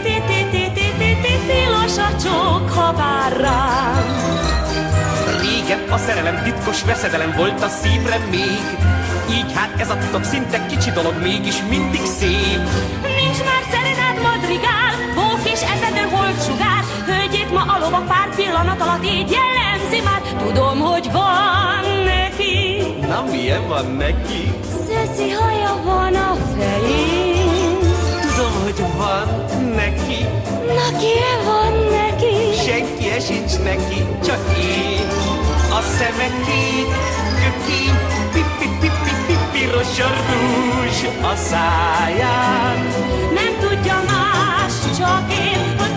tilos a csók, ha vár rám. Régen a szerelem titkos veszedelem volt a szívre még. Így hát ez a titok szinte kicsi dolog, mégis mindig szép. Nincs már szerenád madrigál, bók és etető holtsugár. Hölgyét ma a lovak pár pillanat alatt így jellemzi már. Tudom, hogy van neki. Na, milyen van neki? Szeszi haja van a fején. Tudom, hogy van neki. Na, kie van neki? Senki sincs neki, csak én. A szeme kék, kökény, piros a rúzs a száján. Nem tudja más, csak én, hogy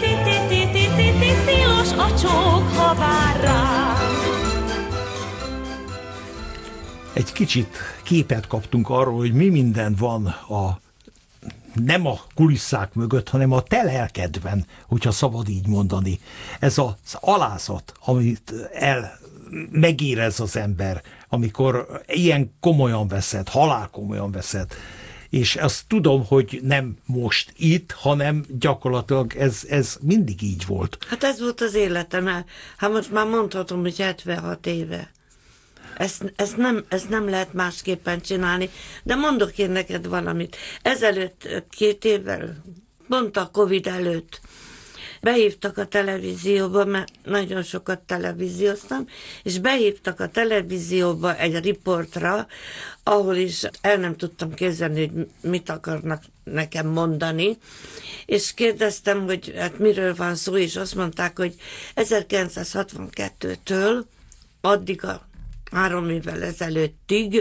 tilos a csók, ha vár rám. Egy kicsit képet kaptunk arról, hogy mi minden van a nem a kulisszák mögött, hanem a te lelkedben, hogyha szabad így mondani. Ez az alázat, amit el megérez az ember, amikor ilyen komolyan veszed, halál komolyan veszed. És azt tudom, hogy nem most itt, hanem gyakorlatilag ez, ez mindig így volt. Hát ez volt az életem. Hát most már mondhatom, hogy hetvenhat éve. Ezt, ezt, nem, ezt nem lehet másképpen csinálni, de mondok én neked valamit. Ezelőtt két évvel, pont a Covid előtt, behívtak a televízióba, mert nagyon sokat televízióztam, és behívtak a televízióba egy riportra, ahol is el nem tudtam képzelni, hogy mit akarnak nekem mondani, és kérdeztem, hogy hát miről van szó, és azt mondták, hogy ezerkilencszázhatvankettőtől addig a három évvel ezelőttig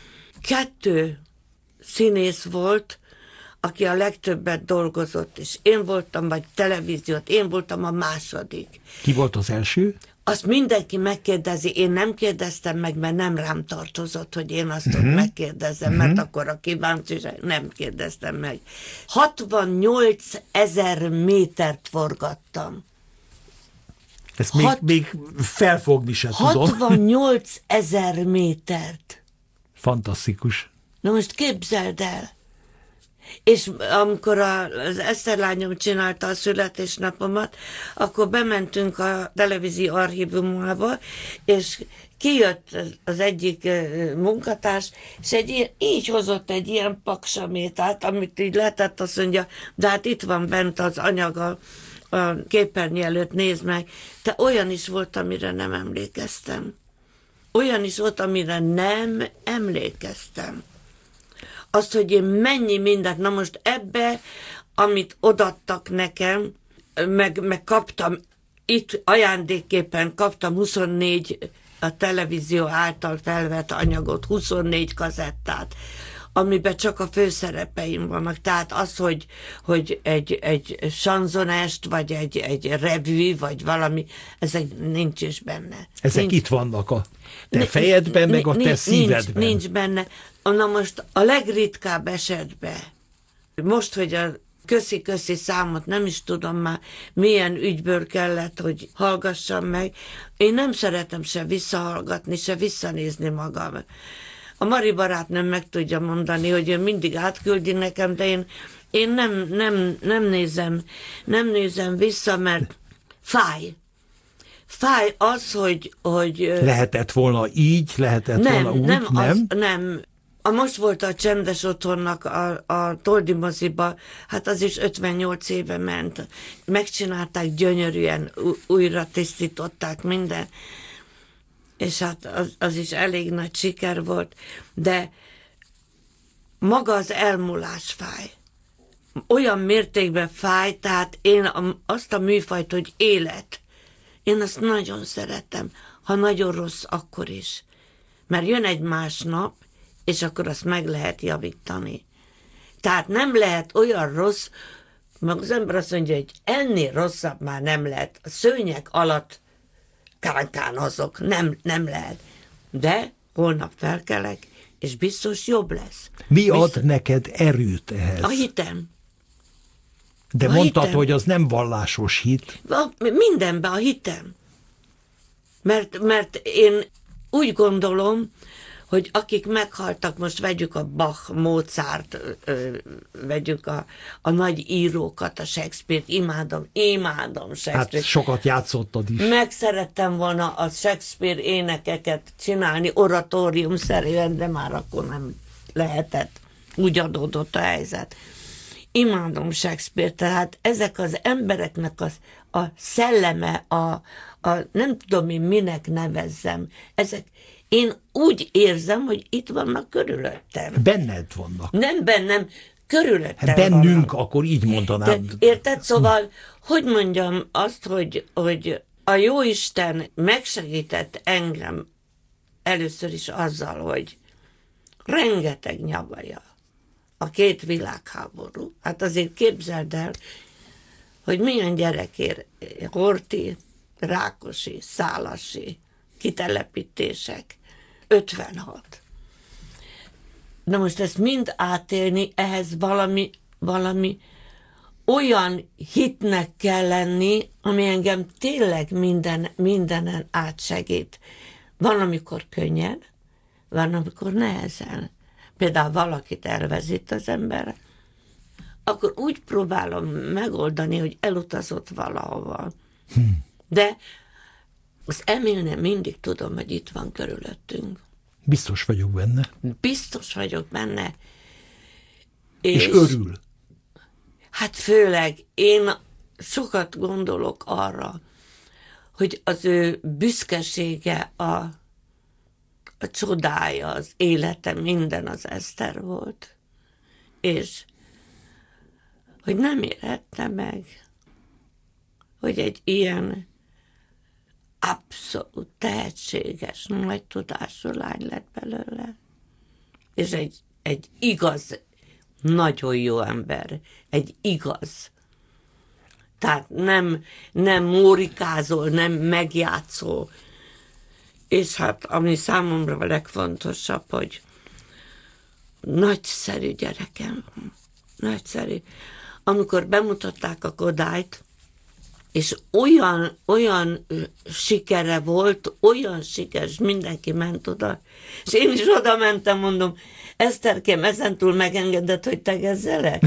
kettő színész volt, aki a legtöbbet dolgozott, és én voltam, vagy televíziót, én voltam a második. Ki volt az első? Azt mindenki megkérdezi, én nem kérdeztem meg, mert nem rám tartozott, hogy én azt uh-huh. ott megkérdezzem, uh-huh. mert akkor a kíváncsiság nem kérdeztem meg. hatvannyolc ezer métert forgattam. Ezt még, Hat... még felfogni se tudom. hatvannyolc ezer métert. Fantasztikus. Na most képzeld el. És amikor az Eszter lányom csinálta a születésnapomat, akkor bementünk a televízió archívumába, és kijött az egyik munkatárs, és egy ilyen, így hozott egy ilyen paksamétát, amit így lehetett, azt mondja, de hát itt van bent az anyaga, a képernyő előtt, nézd meg. De olyan is volt, amire nem emlékeztem. Olyan is volt, amire nem emlékeztem. Azt, hogy én mennyi mindent, na most ebbe, amit odattak nekem, meg, meg kaptam, itt ajándékképpen kaptam huszonnégy a televízió által felvett anyagot, huszonnégy kazettát, amiben csak a főszerepeim vannak. Tehát az, hogy, hogy egy, egy sanzonest, vagy egy, egy revű, vagy valami, ezek nincs is benne. Ezek nincs. Itt vannak a te fejedben, meg a te nincs, szívedben. Nincs, nincs benne. Na most a legritkább esetben, most, hogy a köszi-köszi számot nem is tudom már, milyen ügyből kellett, hogy hallgassam meg, én nem szeretem se visszahallgatni, se visszanézni magam. A Mari barátnőm meg tudja mondani, hogy ő mindig átküldi nekem, de én, én nem, nem, nem, nézem, nem nézem vissza, mert fáj. Fáj az, hogy... hogy lehetett volna így, lehetett nem, volna úgy, nem? nem? Az, nem. A most volt a Csendes Otthonnak a, a Toldi moziba, hát az is ötvennyolc éve ment. Megcsinálták gyönyörűen, újra tisztították minden. És hát az, az is elég nagy siker volt, de maga az elmúlás fáj. Olyan mértékben fáj, tehát én azt a műfajt, hogy élet, én azt nagyon szeretem, ha nagyon rossz, akkor is. Mert jön egy más nap, és akkor azt meg lehet javítani. Tehát nem lehet olyan rossz, meg az ember azt mondja, hogy ennél rosszabb már nem lehet. A szőnyeg alatt kánkánozok, nem, nem lehet. de holnap felkelek, és biztos jobb lesz. Mi biztos... ad neked erőt ehhez? A hitem. De a mondtad, hitem. hogy az nem vallásos hit. A, mindenben a hitem. Mert, mert én úgy gondolom, hogy akik meghaltak, most vegyük a Bach, Mozart, ö, vegyük a, a nagy írókat, a Shakespeare-t, imádom, imádom Shakespeare-t. Hát sokat játszottad is. Meg szerettem volna a Shakespeare énekeket csinálni oratóriumszerűen, de már akkor nem lehetett. Úgy adódott a helyzet. Imádom Shakespeare, tehát ezek az embereknek az, a szelleme, a, a nem tudom én minek nevezzem, ezek, én úgy érzem, hogy itt vannak körülöttem. Benned vannak. Nem bennem, körülöttem Hát bennünk, vannak. akkor így mondanám. De, érted? Szóval, hogy mondjam azt, hogy, hogy a Jóisten megsegített engem először is azzal, hogy rengeteg nyavaja, a két világháború. Hát azért képzeld el, hogy milyen gyerekért Horthy, Rákosi, Szálasi kitelepítések, ötvenhat. Na most ezt mind átélni, ehhez valami, valami olyan hitnek kell lenni, ami engem tényleg minden, mindenen átsegít. Van, amikor könnyen, van, amikor nehezen. Például valakit elvezít az ember, akkor úgy próbálom megoldani, hogy elutazott valahova. Hm. De az emélnem mindig tudom, hogy itt van körülöttünk. Biztos vagyok benne. Biztos vagyok benne. És, és örül. Hát főleg én sokat gondolok arra, hogy az ő büszkesége, a, a csodája, az élete, minden az Eszter volt. És hogy nem érette meg, hogy egy ilyen abszolút tehetséges, nagy tudású lány lett belőle. És egy, egy igaz, nagyon jó ember, egy igaz. Tehát nem, nem mórikázol, nem megjátszol. És hát ami számomra a legfontosabb, hogy nagyszerű gyerekem van. Nagyszerű. Amikor bemutatták a Kodályt, és olyan, olyan sikere volt, olyan sikeres, mindenki ment oda, és én is oda mentem, mondom, Eszterkém, ezentúl megengedett, hogy tegezzelek?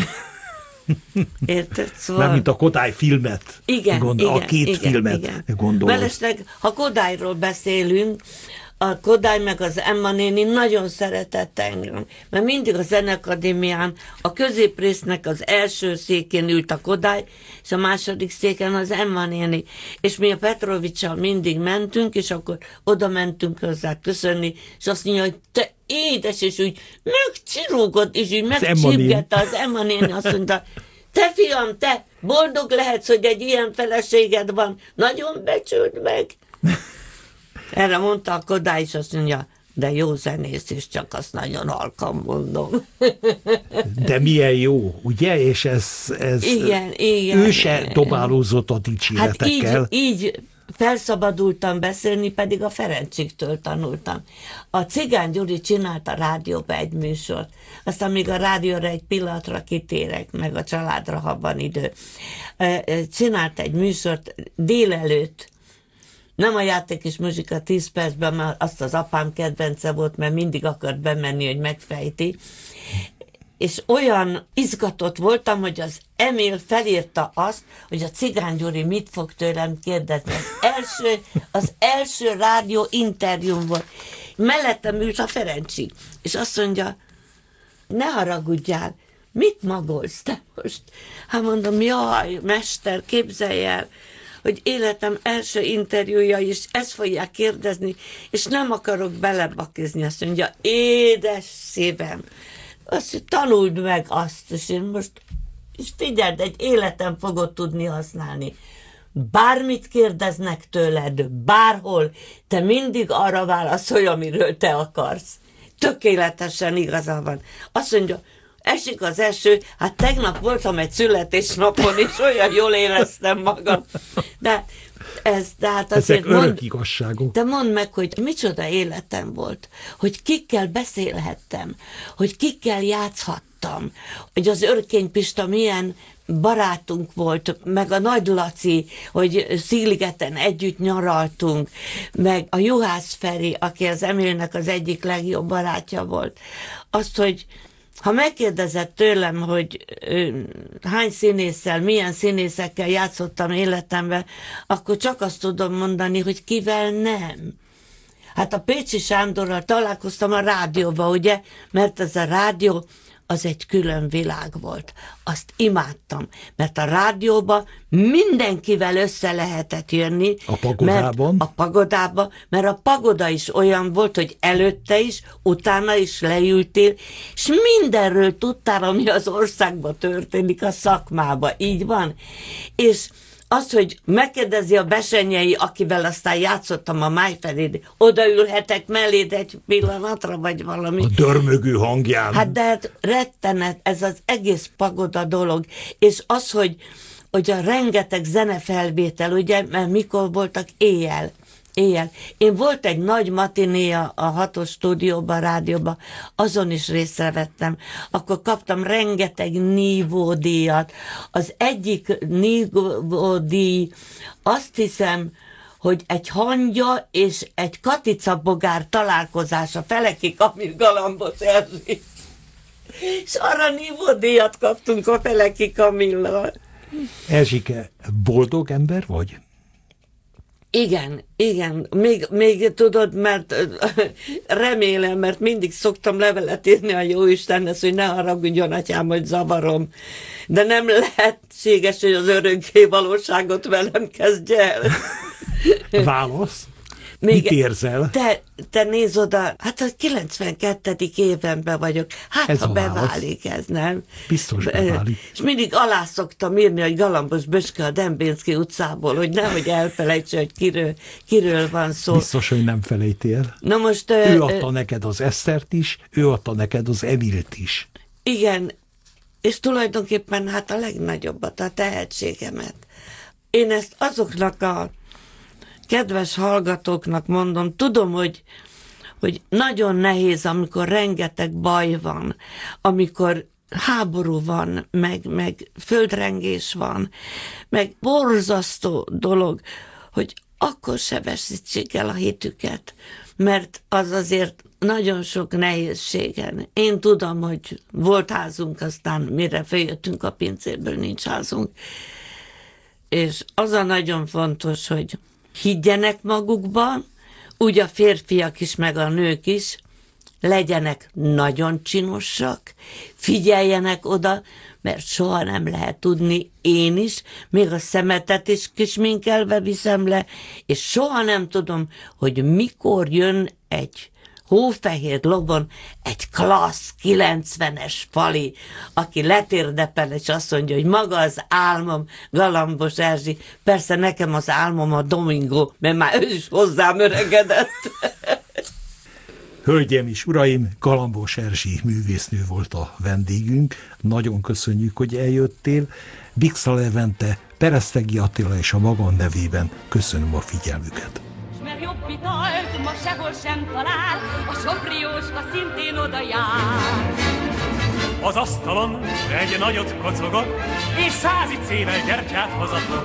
Érted? Szóval... Mármint a Kodály filmet. Igen, gondol, igen, a két igen, filmet igen. gondolod. Mellesleg, ha Kodályról beszélünk, a Kodály meg az Emma néni nagyon szeretett engem, mert mindig a Zeneakadémián a középrésznek az első székén ült a Kodály, és a második széken az Emma néni. És mi a Petrovicsal mindig mentünk, és akkor oda mentünk hozzá köszönni, és azt mondja, hogy te édes, és úgy megcsirúgott, és úgy megcsipgette az Emma néni, azt mondta, te fiam, te boldog lehetsz, hogy egy ilyen feleséged van, nagyon becsüld meg. Erre mondta a Kodály, és azt mondja, de jó zenész is, csak azt nagyon halkan mondom. De milyen jó, ugye? És ez, ez igen, igen. ő se dobálózott a dicséretekkel. Hát így, így felszabadultam beszélni, pedig a Ferencsiktől tanultam. A Cigány Gyuri csinált a rádióba egy műsort, aztán még a rádióra egy pillanatra kitérek, meg a családra, ha van idő. Csinált egy műsort délelőtt, nem a Játék és muzsika tíz percben, mert azt az apám kedvence volt, mert mindig akart bemenni, hogy megfejti. És olyan izgatott voltam, hogy az Emil felírta azt, hogy a Cigány Gyuri mit fog tőlem kérdezni. Az első, az első rádió interjúm volt. Mellettem ült a Ferencsi, és azt mondja, ne haragudjál, mit magolsz te most? Hát mondom, jaj, mester, képzelj el, hogy életem első interjúja is, ezt fogják kérdezni, és nem akarok belebakizni. Azt mondja, édes szívem, azt tanuld meg azt, és én most, és figyeld, egy életem fogod tudni használni. Bármit kérdeznek tőled, bárhol, te mindig arra válaszolj, amiről te akarsz. Tökéletesen igaza van. Azt mondja, esik az eső, hát tegnap voltam egy születésnapon, és olyan jól éreztem magam. De ez, de hát azért ezek örök mond, igazságok. de mondd meg, hogy micsoda életem volt, hogy kikkel beszélhettem, hogy kikkel játszhattam, hogy az Örkény Pista milyen barátunk volt, meg a Nagy Laci, hogy Szigligeten együtt nyaraltunk, meg a Juhász Feri, aki az Emilnek az egyik legjobb barátja volt. Azt, hogy ha megkérdezett tőlem, hogy ö, hány színésszel, milyen színészekkel játszottam életemben, akkor csak azt tudom mondani, hogy kivel nem. Hát a Pécsi Sándorral találkoztam a rádióban, ugye, mert ez a rádió az egy külön világ volt. Azt imádtam, mert a rádióban mindenkivel össze lehetett jönni. A pagodában? Mert a pagodában, mert a pagoda is olyan volt, hogy előtte is, utána is leültél, és mindenről tudtál, ami az országban történik, a szakmában. Így van. És az, hogy megkérdezi a Besenyei, akivel aztán játszottam a Májfeléd, odaülhetek melléd egy pillanatra, vagy valami. A dörmögő hangján. Hát de hát rettenet, ez az egész pagoda dolog. És az, hogy, hogy a rengeteg zenefelvétel, ugye, mert mikor voltak éjjel. Éjjel. Én volt egy nagy matiné a, a hatos stúdióban, rádióban, azon is részre vettem. Akkor kaptam rengeteg nívódíjat. Az egyik nívódíj, azt hiszem, hogy egy hangya és egy katicabogár találkozása, Feleki Kamil Galambos Erzsi. És arra nívódíjat kaptunk a Feleki Kamillal. Erzsike, boldog ember vagy? Igen, igen, még, még tudod, mert remélem, mert mindig szoktam levelet írni a Jóistenhez, hogy ne haragudjon, atyám, hogy zavarom, de nem lehetséges, hogy az örökké valóságot velem kezdje el. Válasz? Még Mit érzel? Te, te nézd oda, hát a kilencvenkettedik évenben vagyok, hát ez ha beválik ez, nem? Biztos beválik. És mindig alá szoktam írni, hogy Galambos Böske a Dembinszky utcából, hogy nehogy elfelejtse, hogy kiről, kiről van szó. Biztos, hogy nem felejtél. Na most, ő adta ö, neked az Esztert is, ő adta neked az Emilt is. Igen, és tulajdonképpen hát a legnagyobbat, a tehetségemet. Én ezt azoknak a kedves hallgatóknak mondom, tudom, hogy, hogy nagyon nehéz, amikor rengeteg baj van, amikor háború van, meg, meg földrengés van, meg borzasztó dolog, hogy akkor se veszítsék el a hitüket, mert az azért nagyon sok nehézségen. Én tudom, hogy volt házunk, aztán mire feljöttünk a pincéből, nincs házunk. És az a nagyon fontos, hogy higgyenek magukban, úgy a férfiak is, meg a nők is, legyenek nagyon csinosak, figyeljenek oda, mert soha nem lehet tudni, én is, még a szemetet is kisminkelve viszem le, és soha nem tudom, hogy mikor jön egy hófehér lobon egy klassz kilencvenes fali, aki letérdepel, és azt mondja, hogy maga az álmom, Galambos Erzsi. Persze nekem az álmom a Domingo, mert már ő is hozzám öregedett. Hölgyeim és uraim, Galambos Erzsi művésznő volt a vendégünk. Nagyon köszönjük, hogy eljöttél. Bixa Levente, Peresztegi Attila és a magam nevében köszönöm a figyelmüket. Mert jobb italt ma sehol sem talál, a Soprióska szintén oda jár. Az asztalon egy nagyot kocogott, és százicével gyertyát hozatott.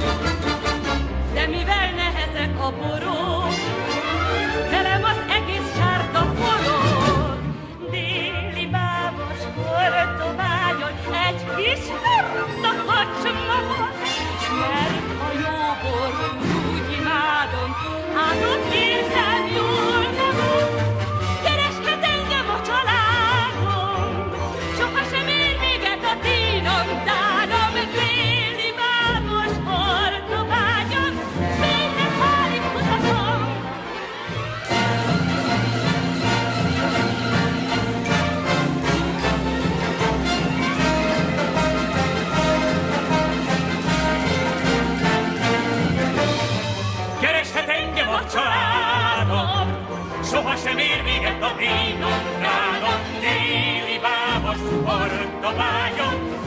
De mivel nehezek a borok, velem az egész sárga forog. Déli bábos kortoványon egy kis korta hacsmagot, s mert a jó bor úgy imádom, hát ott érzem jól magam. Kereshet engem a családom, soha sem ér véget a dínom, dánom. Déli bábos kortoványon, melynek hálig mutatom. Kereshet engem a családom, soha sem ér véget a dínom, drágom. Déli bábos arra a vágyam,